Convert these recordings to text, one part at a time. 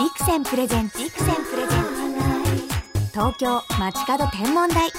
ビクセンプレゼンツ東京街角天文台。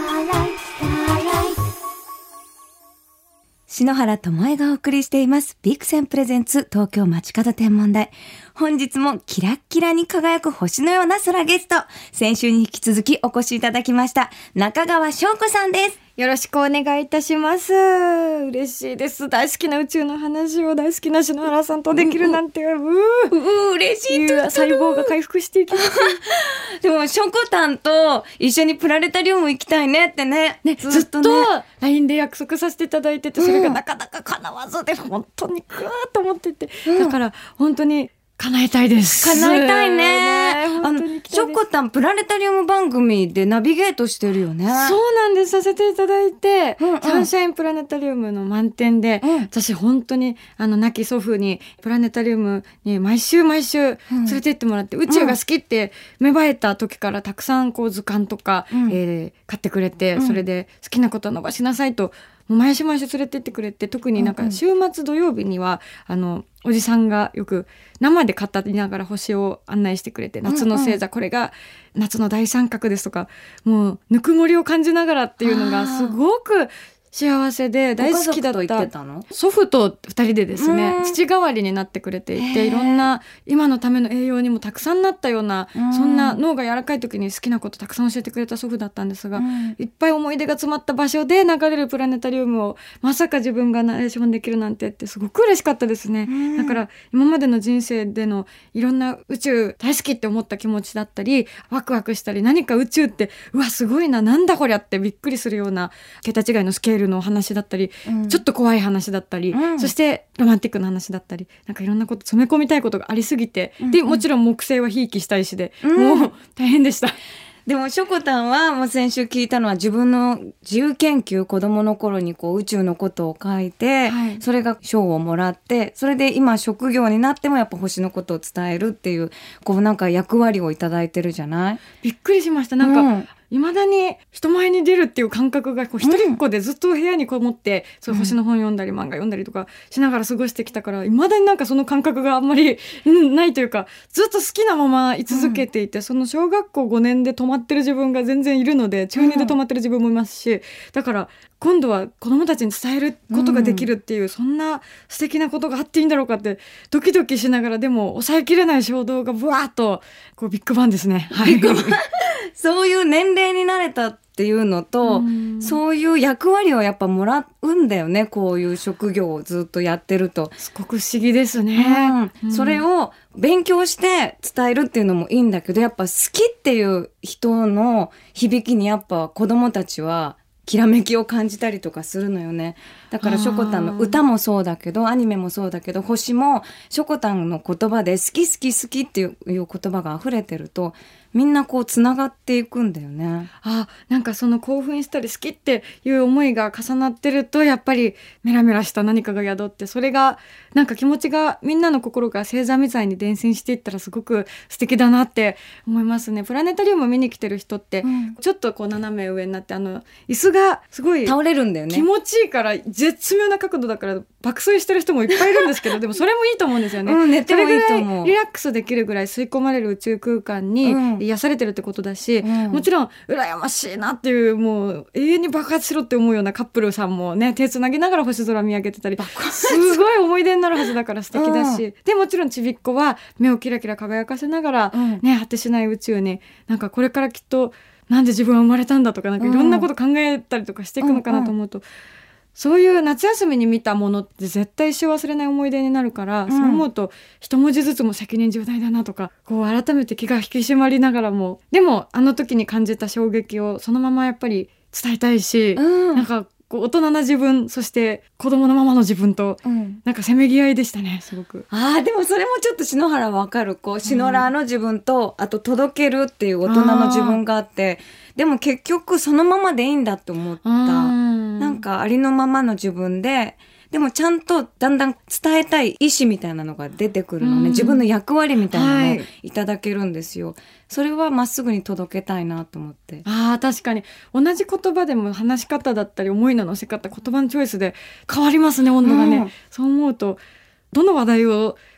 篠原智恵がお送りしていますビクセンプレゼンツ東京街角天文台。本日もキラッキラに輝く星のような空ゲスト、先週に引き続きお越しいただきました中川翔子さんです。 よろしくお願いいたします。嬉しいです。大好きな宇宙の話を大好きな篠原さんとできるなんて、 嬉しい。 細胞が回復していきます。 でもショコタンと一緒にプラネタリウム行きたいねってね、 ずっと LINE で約束させていただいてて、それがなかなか叶わずで、本当にグーッと思ってて、だから本当に叶えたいです。 叶えたいね。ショコタンプラネタリウム番組でナビゲートしてるよね。 そうなんです。させていただいて、サンシャインプラネタリウムの満点で、私本当に亡き祖父にプラネタリウムに毎週連れてってもらって、宇宙が好きって芽生えた時からたくさん図鑑とか、買ってくれて、それで好きなことを伸ばしなさいと毎週連れてってくれて、特に週末土曜日にはおじさんがよく生で語りながら星を案内してくれて、夏の星座これが夏の大三角ですとか、もうぬくもりを感じながらっていうのがすごく幸せで大好きだった。 ご家族と行ってたの？ 祖父と2人でですね、父代わりになってくれていて、いろんな今のための栄養にもたくさんなったような、そんな脳が柔らかい時に好きなことたくさん教えてくれた祖父だったんですが、いっぱい思い出が詰まった場所で流れるプラネタリウムをまさか自分がナレーションできるなんてってすごく嬉しかったですね。だから今までの人生でのいろんな宇宙大好きって思った気持ちだったり、ワクワクしたり、何か宇宙ってうわすごいな、なんだこりゃってびっくりするような桁違いのスケールの話だったり、ちょっと怖い話だったり、そしてロマンティックな話だったり、なんかいろんなこと詰め込みたいことがありすぎて、でもちろん木星はひいきしたいしで、もう大変でした。 でもショコタンはもう先週聞いたのは、自分の自由研究、子供の頃に宇宙のことを書いて、それが賞をもらって、それで今職業になってもやっぱ星のことを伝えるっていうなんか役割をいただいてるじゃない？ びっくりしました。なんか、未だに人前に出るっていう感覚が一人っ子でずっと部屋にこもって、そういう星の本読んだり漫画読んだりとかしながら過ごしてきたから、未だになんかその感覚があんまり、ないというか、ずっと好きなまま居続けていて、その小学校5年で止まってる自分が全然いるので、中2で止まってる自分もいますし、だから今度は子どもたちに伝えることができるっていう、そんな素敵なことがあっていいんだろうかってドキドキしながら、でも抑えきれない衝動がブワーッとビッグバンですね。はい、 そういう年齢になれたっていうのと、そういう役割をやっぱもらうんだよね。こういう職業をずっとやってるとすごく不思議ですね。 それを勉強して伝えるっていうのもいいんだけど、やっぱ好きっていう人の響きにやっぱ子供たちはきらめきを感じたりとかするのよね。だからショコタンの歌もそうだけど、アニメもそうだけど、星もショコタンの言葉で好き好き好きっていう言葉が溢れてると、みんなつながっていくんだよね。 なんかその興奮したり好きっていう思いが重なってると、やっぱりメラメラした何かが宿って、それがなんか気持ちが、みんなの心が星座みたいに伝染していったらすごく素敵だなって思いますね。プラネタリウム見に来てる人って、ちょっと斜め上になって、椅子がすごい倒れるんだよね。 気持ちいいから絶妙な角度だから爆睡してる人もいっぱいいるんですけど、でもそれもいいと思うんですよね。 寝てもいいと思う。 それぐらいリラックスできるぐらい吸い込まれる宇宙空間に癒されてるってことだし、もちろん羨ましいなっていう、もう永遠に爆発しろって思うようなカップルさんもね、手つなぎながら星空見上げてたり、すごい思い出になるはずだから素敵だし、でもちろんちびっこは目をキラキラ輝かせながら、果てしない宇宙に、なんかこれからきっとなんで自分は生まれたんだとか、なんかいろんなこと考えたりとかしていくのかなと思うと、そういう夏休みに見たものって絶対一生忘れない思い出になるから、そう思うと一文字ずつも責任重大だなとか、改めて気が引き締まりながらも、でもあの時に感じた衝撃をそのままやっぱり伝えたいし、なんか大人な自分、そして子供のままの自分と、なんかせめぎ合いでしたね、すごく。 でもそれもちょっと篠原わかる。篠原の自分と、あと届けるっていう大人の自分があって、でも結局そのままでいいんだって思った。なんかありのままの自分で、でもちゃんとだんだん伝えたい意思みたいなのが出てくるのね。自分の役割みたいなのをいただけるんですよ。それはまっすぐに届けたいなと思って。 確かに同じ言葉でも話し方だったり思いの乗せ方、言葉のチョイスで変わりますね、温度がね。そう思うとどの話題を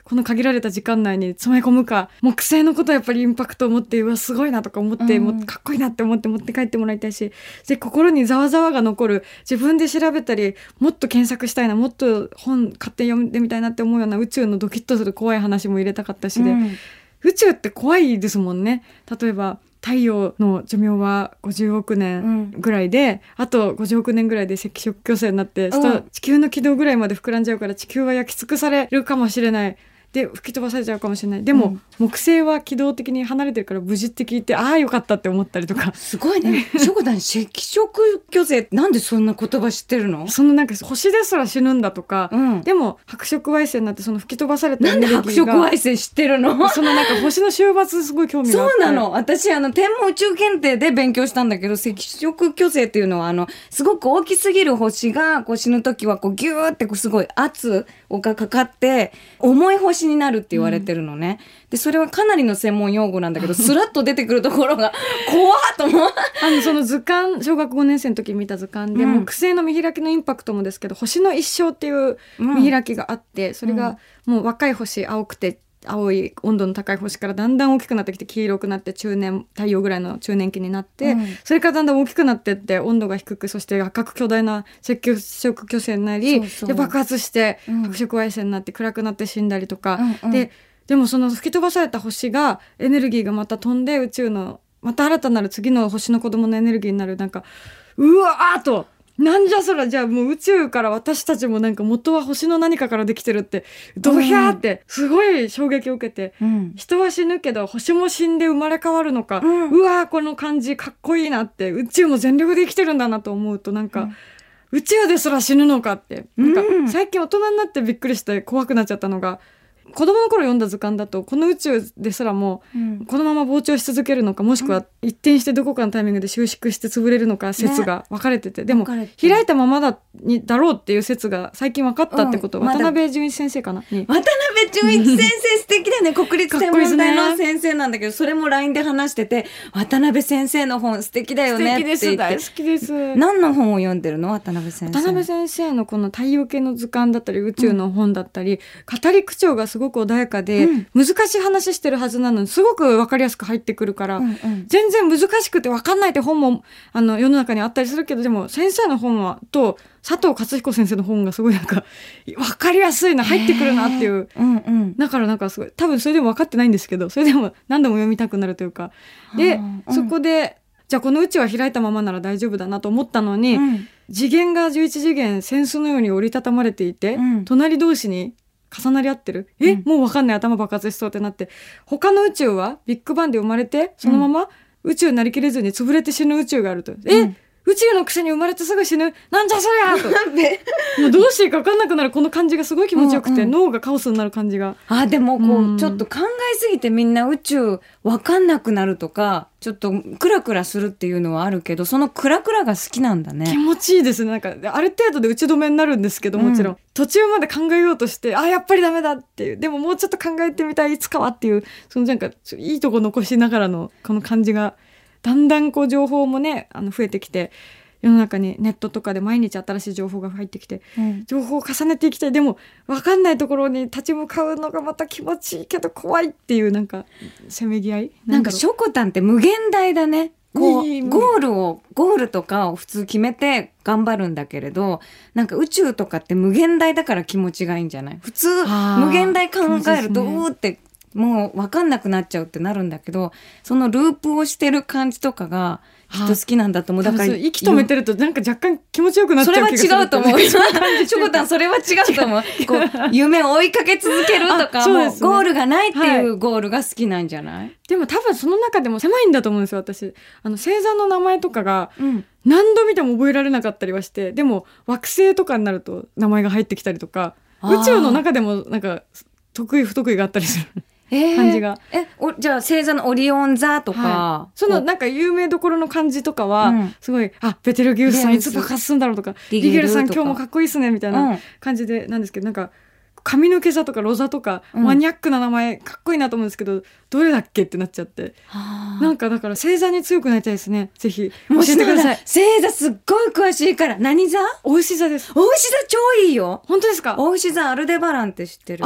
この限られた時間内に詰め込むか、木星のことはやっぱりインパクトを持って、うわすごいなとか思って、もうかっこいいなって思って持って帰ってもらいたいし、で心にざわざわが残る、自分で調べたりもっと検索したいな、もっと本買って読んでみたいなって思うような宇宙のドキッとする怖い話も入れたかったしで、宇宙って怖いですもんね。例えば太陽の寿命は50億年ぐらいで、あと50億年ぐらいで赤色巨星になって、地球の軌道ぐらいまで膨らんじゃうから地球は焼き尽くされるかもしれない。で吹き飛ばされちゃうかもしれない。でも、木星は軌道的に離れてるから無事って聞いて、ああよかったって思ったりとか。 すごいね。しょこたん、赤色巨星なんでそんな言葉知ってるの？ そのなんか星ですら死ぬんだとか、でも白色矮星になってその吹き飛ばされたエネルギーが。 なんで白色矮星知ってるの？ そのなんか星の終末すごい興味があって。 そうなの。私天文宇宙検定で勉強したんだけど、赤色巨星っていうのはすごく大きすぎる星がこう死ぬ時はこうギューってこうすごい圧がかかって重い星になるって言われてるのね。でそれはかなりの専門用語なんだけど、スラッと出てくるところが怖っと思う。 その図鑑、小学5年生の時に見た図鑑で、木星の見開きのインパクトもですけど、星の一生っていう見開きがあって、それがもう若い星、青くて青い温度の高い星からだんだん大きくなってきて黄色くなって中年、太陽ぐらいの中年期になって、それからだんだん大きくなってって温度が低く、そして赤く巨大な赤色巨星になり、で爆発して白色矮星になって暗くなって死んだりとか、でもその吹き飛ばされた星がエネルギーがまた飛んで宇宙のまた新たなる次の星の子供のエネルギーになる、なんかうわーっとなんじゃそら、じゃあもう宇宙から私たちもなんか元は星の何かからできてるってドヒャーってすごい衝撃を受けて、人は死ぬけど星も死んで生まれ変わるのか、うわーこの感じかっこいいなって、宇宙も全力で生きてるんだなと思うと、なんか、宇宙ですら死ぬのかって、なんか最近大人になってびっくりして怖くなっちゃったのが、子供の頃読んだ図鑑だと、この宇宙ですらもこのまま膨張し続けるのか、もしくは一転してどこかのタイミングで収縮して潰れるのか説が分かれてて、でも開いたままだろうっていう説が最近分かったってこと、渡辺淳一先生かなに。 渡辺淳一先生素敵だよね。国立天文台の先生なんだけど、それも LINE で話してて、渡辺先生の本素敵だよねって言って。素敵です、大好きです。何の本を読んでるの？渡辺先生。 渡辺先生のこの太陽系の図鑑だったり宇宙の本だったり、語り口調がすごく穏やかで、難しい話してるはずなのにすごく分かりやすく入ってくるから、全然難しくて分かんないって本も世の中にあったりするけど、でも先生の本はと佐藤勝彦先生の本がすごいなんか分かりやすいな、入ってくるなっていう、だからなんかすごい、多分それでも分かってないんですけど、それでも何度も読みたくなるというか、で、そこでじゃあこの宇宙は開いたままなら大丈夫だなと思ったのに、次元が11次元扇子のように折りたたまれていて、隣同士に重なり合ってる、もう分かんない、頭爆発しそうってなって、他の宇宙はビッグバンで生まれてそのまま宇宙になりきれずに潰れて死ぬ宇宙があると、宇宙のくせに生まれてすぐ死ぬ、なんじゃそりゃともうどうしていいか分かんなくなる、この感じがすごい気持ちよくて、脳がカオスになる感じが。 でもこう、ちょっと考えすぎてみんな宇宙分かんなくなるとか、ちょっとクラクラするっていうのはあるけど、そのクラクラが好きなんだね。 気持ちいいですね。なんかある程度で打ち止めになるんですけど、もちろん、途中まで考えようとして、やっぱりダメだっていう、でももうちょっと考えてみたい、いつかはっていう、そのなんかいいとこ残しながらのこの感じが、だんだんこう情報もね増えてきて、世の中にネットとかで毎日新しい情報が入ってきて、情報を重ねていきたい、でも分かんないところに立ち向かうのがまた気持ちいいけど怖いっていう、なんかせめぎ合い、 なんかしょこたんって無限大だね。こうゴールとかを普通決めて頑張るんだけれど、なんか宇宙とかって無限大だから気持ちがいいんじゃない？普通無限大考えるとうーってもう分かんなくなっちゃうってなるんだけど、そのループをしてる感じとかがきっと好きなんだと思う。だから息止めてるとなんか若干気持ちよくなっちゃう気がする。 それは違うと思う。しょこたんそれは違うと思う。こう夢を追いかけ続けるとか、もうゴールがないっていうゴールが好きなんじゃない？ でも多分その中でも狭いんだと思うんですよ、私。星座の名前とかが何度見ても覚えられなかったりはして、でも惑星とかになると名前が入ってきたりとか、宇宙の中でもなんか得意不得意があったりする。感じが。 じゃあ星座のオリオン座とか、 そのなんか有名どころの漢字とかは、すごいベテルギウスさんいつ爆発するんだろうとか、リゲルさん今日もかっこいいっすねみたいな感じでなんですけど、なんか髪の毛座とかロザとか、マニアックな名前かっこいいなと思うんですけど、どれだっけってなっちゃって、なんかだから星座に強くなりたいですね。ぜひ教えてください。 星座すっごい詳しいから。何座？ 牡牛座です。 牡牛座超いいよ。 本当ですか？ 牡牛座アルデバランって知ってる？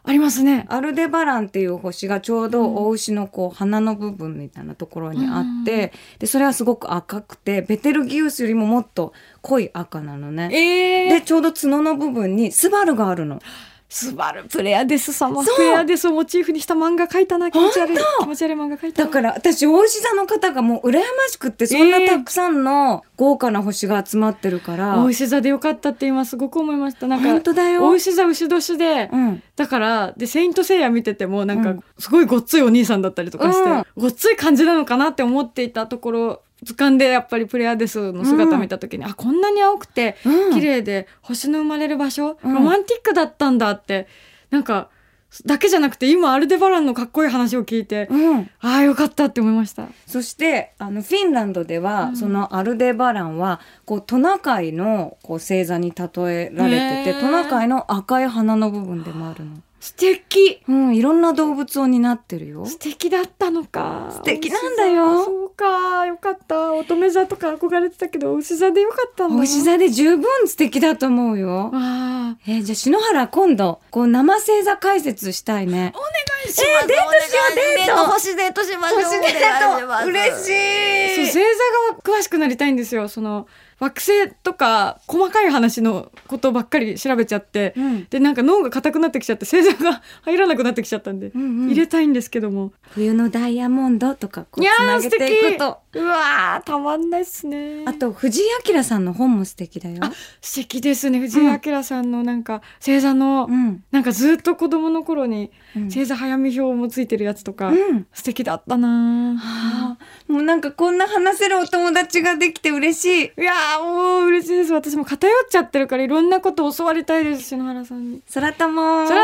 ありますね。 アルデバランっていう星がちょうどお牛のこう鼻の部分みたいなところにあって、でそれはすごく赤くて、ベテルギウスよりももっと濃い赤なのね。でちょうど角の部分にスバルがあるの。 スバル、プレアデス様、プレアデスをモチーフにした漫画描いたな。気持ち悪い漫画描いた。 だから私お牛座の方がもう羨ましくって、そんなたくさんの豪華な星が集まってるから、 お牛座でよかったって今すごく思いました。なんか本当だよ、 お牛座牛年で、だからでセイントセイヤ見ててもなんかすごいごっついお兄さんだったりとかして、ごっつい感じなのかなって思っていたところ、図鑑でやっぱりプレアデスの姿見た時に、あ、こんなに青くて綺麗で星の生まれる場所、ロマンティックだったんだって、なんかだけじゃなくて今アルデバランのかっこいい話を聞いて、ああよかったって思いました。 そしてフィンランドでは、そのアルデバランはこうトナカイのこう星座に例えられてて、トナカイの赤い鼻の部分でもあるの。 素敵、 いろんな動物を担ってるよ。 素敵だったのか。 素敵なんだよ。 そうか、よかった。乙女座とか憧れてたけど牛座でよかったんだ。 牛座で十分素敵だと思うよ。じゃあ篠原今度こう生星座解説したいね。 お願いします。 デートしよう、デート。 星デートしましょう。 星デート嬉しい。 そう、星座が詳しくなりたいんですよ。その惑星とか細かい話のことばっかり調べちゃって、でなんか脳が硬くなってきちゃって星座が入らなくなってきちゃったんで、入れたいんですけども、 冬のダイヤモンドとかこうつなげていくと、 うわーたまんないっすね。 あと藤井明さんの本も素敵だよ。 素敵ですね。藤井明さんのなんか星座の、なんかずっと子供の頃に星座早見表もついてるやつとか、素敵だったな。 もうなんかこんな話せるお友達ができて嬉しい。 いやーもう嬉しいです。私も偏っちゃってるからいろんなことを教わりたいです。篠原さんに。 空友嬉し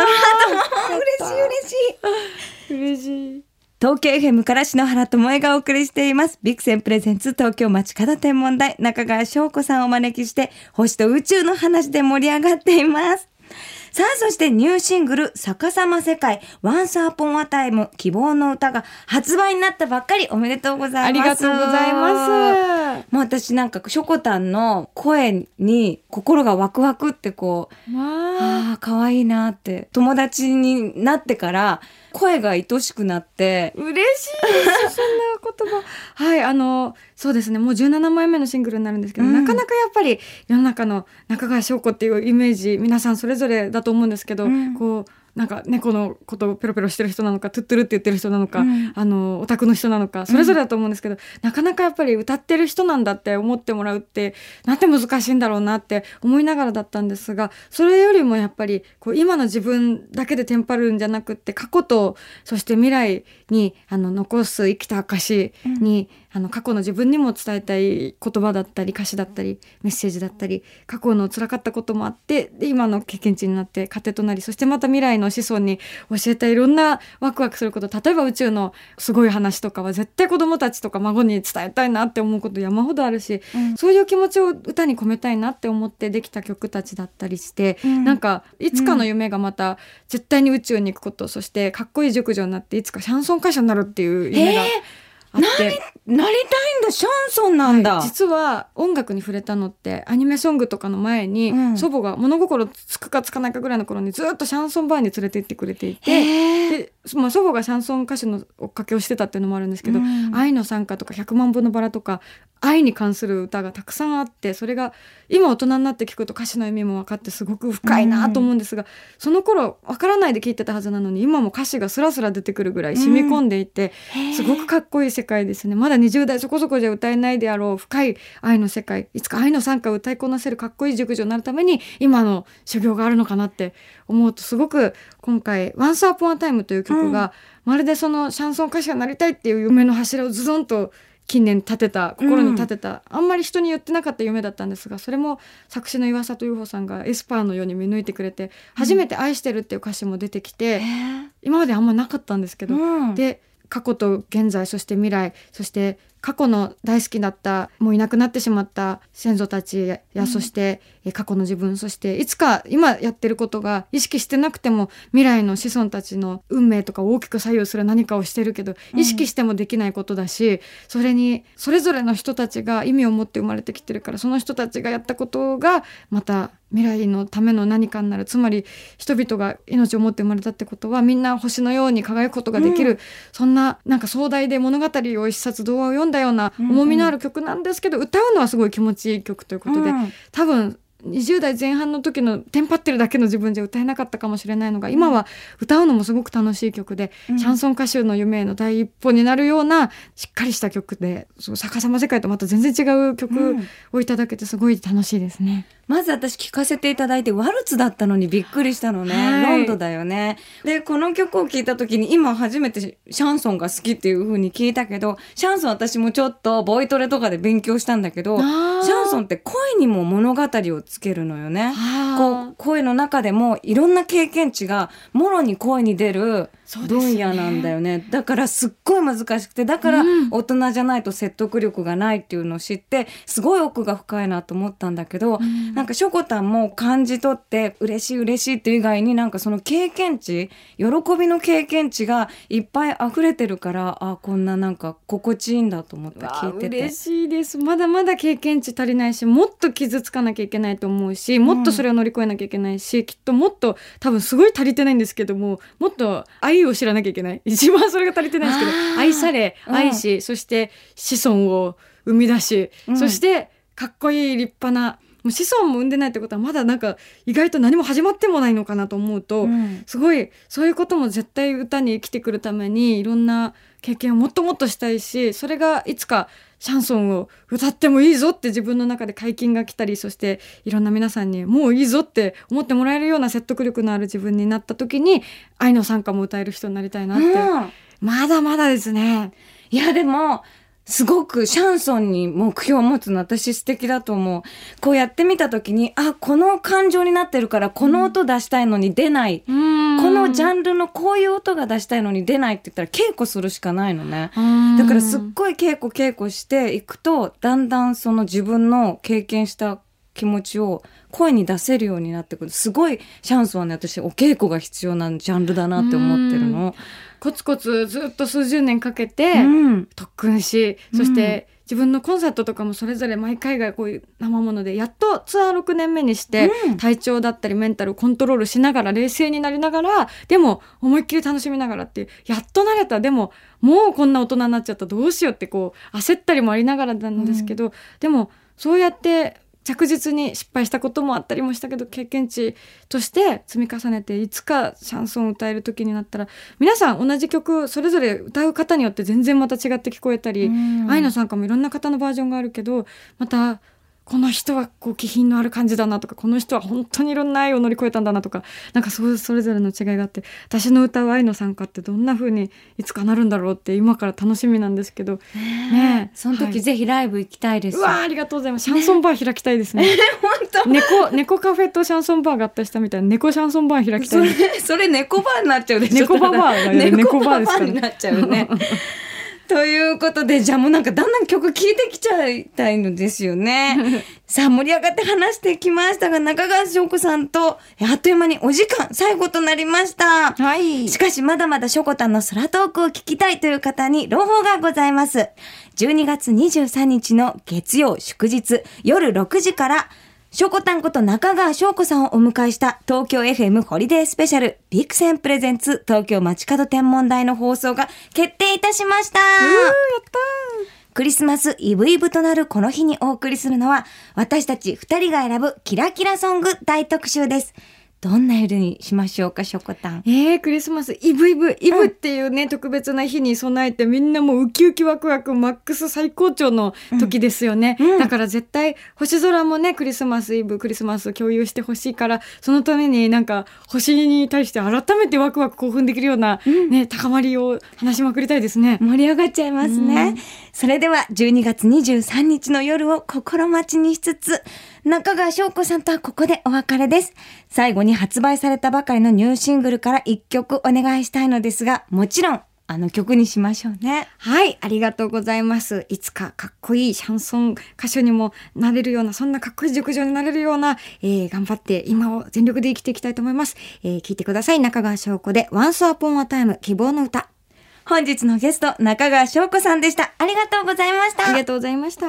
い嬉しい。 東京 FM から篠原智恵がお送りしています。ビクセンプレゼンツ東京街角天文台、中川翔子さんをお招きして星と宇宙の話で盛り上がっています。さあ、そしてニューシングル逆さま世界 Once Upon a Time 希望の歌が発売になったばっかり。おめでとうございます。 ありがとうございます。 もう私なんかしょこたんの声に心がワクワクってこう、可愛いなって、友達になってから声が愛しくなって嬉しいですそんな言葉はい、そうですね、もう17枚目のシングルになるんですけど、なかなかやっぱり世の中の中川翔子っていうイメージ皆さんそれぞれだと思うんですけど、こうなんか猫のことをペロペロしてる人なのか、トゥットゥルって言ってる人なのか、オタクの人なのか、それぞれだと思うんですけど、なかなかやっぱり歌ってる人なんだって思ってもらうってなんて難しいんだろうなって思いながらだったんですが、それよりもやっぱりこう今の自分だけでテンパるんじゃなくって、過去とそして未来に残す生きた証に、過去の自分にも伝えたい言葉だったり歌詞だったりメッセージだったり、過去の辛かったこともあって、で今の経験値になって糧となり、そしてまた未来の子孫に教えたいいろんなワクワクすること、例えば宇宙のすごい話とかは絶対子どもたちとか孫に伝えたいなって思うこと山ほどあるし、そういう気持ちを歌に込めたいなって思ってできた曲たちだったりして、なんかいつかの夢がまた絶対に宇宙に行くこと、そしてかっこいい熟女になっていつかシャンソン歌手になるっていう夢があって、 なりたいんだ。シャンソンなんだ、 実は音楽に触れたのってアニメソングとかの前に、祖母が物心つくかつかないかぐらいの頃にずっとシャンソンバーに連れて行ってくれていて、で、祖母がシャンソン歌手の追っかけをしてたっていうのもあるんですけど、愛の賛歌とか100万本のバラとか愛に関する歌がたくさんあって、それが今大人になって聞くと歌詞の意味も分かってすごく深いなと思うんですが、その頃分からないで聞いてたはずなのに今も歌詞がスラスラ出てくるぐらい染み込んでいて、すごくかっこいい世界ですね。まだ20代そこそこじゃ歌えないであろう深い愛の世界、いつか愛の賛歌を歌いこなせるかっこいい熟女になるために今の修行があるのかなって思うと、すごく今回 Once Upon a Time という曲が、まるでそのシャンソン歌手になりたいっていう夢の柱をズドンと近年立てた、心に立てた、あんまり人に言ってなかった夢だったんですが、それも作詞の岩里優穂さんがエスパーのように見抜いてくれて、初めて愛してるっていう歌詞も出てきて、今まであんまなかったんですけど、で過去と現在、そして未来、そして過去の大好きだったもういなくなってしまった先祖たちや、そして過去の自分、そしていつか今やってることが意識してなくても未来の子孫たちの運命とかを大きく左右する何かをしてるけど、意識してもできないことだし、それにそれぞれの人たちが意味を持って生まれてきてるから、その人たちがやったことがまた未来のための何かになる。つまり人々が命を持って生まれたってことはみんな星のように輝くことができる、そんななんか壮大で物語を一冊童話を読んだような重みのある曲なんですけど、歌うのはすごい気持ちいい曲ということで、多分20代前半の時のテンパってるだけの自分じゃ歌えなかったかもしれないのが、今は歌うのもすごく楽しい曲で、シャンソン歌手の夢への第一歩になるようなしっかりした曲で、逆さま世界とまた全然違う曲をいただけてすごい楽しいですね。 まず私聞かせていただいてワルツだったのにびっくりしたのね、ロンドだよね。でこの曲を聴いた時に今初めてシャンソンが好きっていう風に聞いたけど、シャンソン私もちょっとボイトレとかで勉強したんだけど、シャンソンって声にも物語をつけるのよね。こう声の中でもいろんな経験値がもろに声に出る分野なんだよね。だからすっごい難しくて、だから大人じゃないと説得力がないっていうのを知ってすごい奥が深いなと思ったんだけど、なんかしょこたんも感じ取って嬉しい嬉しいっていう以外になんかその経験値、喜びの経験値がいっぱい溢れてるから、あこんななんか心地いいんだと思って聞いてて嬉しいです。まだまだ経験値足りないし、もっと傷つかなきゃいけないと思うし、もっとそれを乗り越えなきゃいけないし、きっともっと多分すごい足りてないんですけども、もっと愛を知らなきゃいけない。一番それが足りてないんですけど、愛され愛し、そして子孫を生み出し、そしてかっこいい立派な、もう子孫も産んでないってことはまだなんか意外と何も始まってもないのかなと思うと、すごいそういうことも絶対歌に生きてくるためにいろんな経験をもっともっとしたいし、それがいつかシャンソンを歌ってもいいぞって自分の中で解禁が来たり、そしていろんな皆さんにもういいぞって思ってもらえるような説得力のある自分になった時に愛の賛歌も歌える人になりたいなって、まだまだですね。 いやでもすごくシャンソンに目標を持つの私素敵だと思う。こうやってみた時に、あこの感情になってるからこの音出したいのに出ない、このジャンルのこういう音が出したいのに出ないって言ったら稽古するしかないのね。だからすっごい稽古していくと、だんだんその自分の経験した気持ちを声に出せるようになってくる。すごいシャンソンはね、私お稽古が必要なジャンルだなって思ってるの。 コツコツずっと数十年かけて特訓し、そして自分のコンサートとかもそれぞれ毎回がこういう生もので、やっとツアー6年目にして体調だったりメンタルをコントロールしながら、冷静になりながら、でも思いっきり楽しみながらっていう、やっと慣れた、でももうこんな大人になっちゃった、どうしようってこう焦ったりもありながらなんですけど、でもそうやって着実に失敗したこともあったりもしたけど、経験値として積み重ねて、いつかシャンソンを歌える時になったら、皆さん同じ曲それぞれ歌う方によって全然また違って聞こえたり、愛の賛歌もいろんな方のバージョンがあるけど、またこの人はこう気品のある感じだなとか、この人は本当にいろんな愛を乗り越えたんだなとか、なんかそれぞれの違いがあって、私の歌う愛の賛歌ってどんな風にいつかなるんだろうって今から楽しみなんですけどね。 その時ぜひライブ行きたいです。 うわありがとうございます。シャンソンバー開きたいですね。本当猫カフェとシャンソンバー合体したみたいな猫シャンソンバー開きたい。 それ猫バーになっちゃうでしょ。 猫バーが猫バーですからになっちゃうね。ということで、じゃあもうなんかだんだん曲聴いてきちゃいたいのですよね。さあ盛り上がって話してきましたが、中川翔子さんとあっという間にお時間最後となりました。 はい。 しかしまだまだしょこたんの空トークを聞きたいという方に朗報がございます。12月23日の月曜祝日夜6時から、しょこたんこと中川翔子さんをお迎えした東京 FM ホリデースペシャルビクセンプレゼンツ東京街角天文台の放送が決定いたしました。やったクリスマスイブイブとなるこの日にお送りするのは、私たち2人が選ぶキラキラソング大特集です。どんな夜にしましょうか、しょこたん。 クリスマスイブっていうね、特別な日に備えて、みんなもうウキウキワクワクマックス最高潮の時ですよね、だから絶対星空もね、クリスマスイブクリスマスを共有してほしいから、そのためになんか星に対して改めてワクワク興奮できるような、高まりを話しまくりたいですね。 盛り上がっちゃいますね、それでは12月23日の夜を心待ちにしつつ、中川翔子さんとはここでお別れです。最後に発売されたばかりのニューシングルから1曲お願いしたいのですが、もちろん曲にしましょうね。 はい、ありがとうございます。いつかかっこいいシャンソン歌手にもなれるような、そんなかっこいい熟女になれるような、頑張って今を全力で生きていきたいと思います。聞いてください。中川翔子で Once Upon a Time 希望の歌。 本日のゲスト、中川翔子さんでした。ありがとうございました。 ありがとうございました。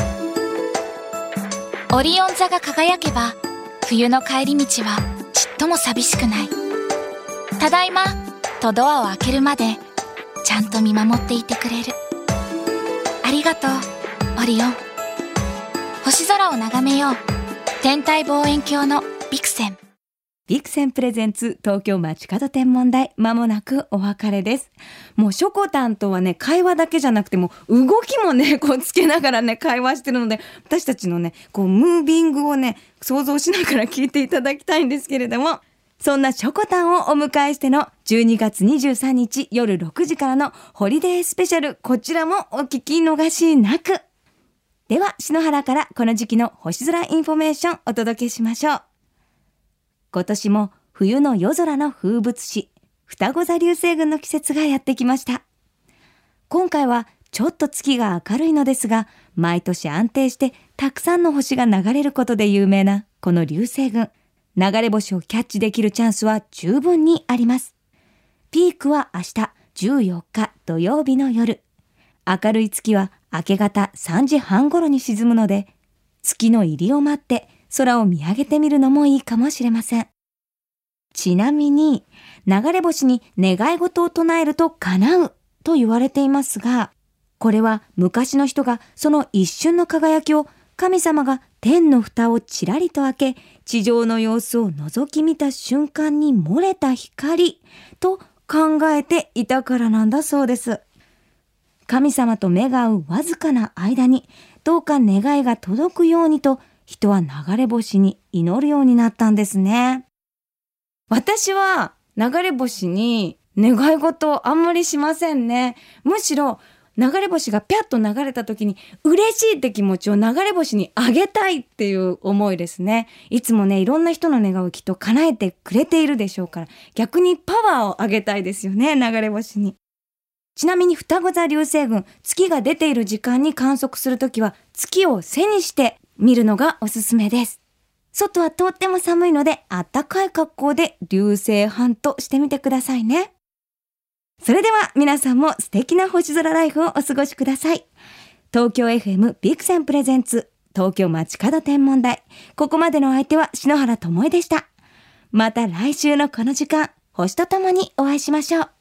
オリオン座が輝けば、冬の帰り道はちっとも寂しくない。ただいまとドアを開けるまでちゃんと見守っていてくれる。ありがとうオリオン。星空を眺めよう。天体望遠鏡のビクセン。 ビクセンプレゼンツ東京街角天文台、まもなくお別れです。もうしょこたんとはね、会話だけじゃなくても動きもねこうつけながらね会話してるので、私たちのねこうムービングをね想像しながら聞いていただきたいんですけれども、そんなしょこたんをお迎えしての12月23日夜6時からのホリデースペシャル、こちらもお聞き逃しなく。では篠原からこの時期の星空インフォメーションお届けしましょう。今年も冬の夜空の風物詩、双子座流星群の季節がやってきました。今回はちょっと月が明るいのですが、毎年安定してたくさんの星が流れることで有名なこの流星群、流れ星をキャッチできるチャンスは十分にあります。ピークは明日14日土曜日の夜。明るい月は明け方3時半頃に沈むので、月の入りを待って空を見上げてみるのもいいかもしれません。ちなみに、流れ星に願い事を唱えると叶うと言われていますが、これは昔の人がその一瞬の輝きを神様が天の蓋をちらりと開け、地上の様子を覗き見た瞬間に漏れた光と考えていたからなんだそうです。神様と目が合うわずかな間に、どうか願いが届くようにと、人は流れ星に祈るようになったんですね。私は流れ星に願い事あんまりしませんね。むしろ流れ星がピャッと流れた時に嬉しいって気持ちを流れ星にあげたいっていう思いですね。いつもね、いろんな人の願いをきっと叶えてくれているでしょうから、逆にパワーをあげたいですよね、流れ星に。ちなみに双子座流星群、月が出ている時間に観測するときは月を背にして見るのがおすすめです。外はとっても寒いので、あったかい格好で流星ハントしてみてくださいね。それでは皆さんも素敵な星空ライフをお過ごしください。東京 FM ビクセンプレゼンツ東京街角天文台。ここまでの相手は篠原ともえでした。また来週のこの時間、星とともにお会いしましょう。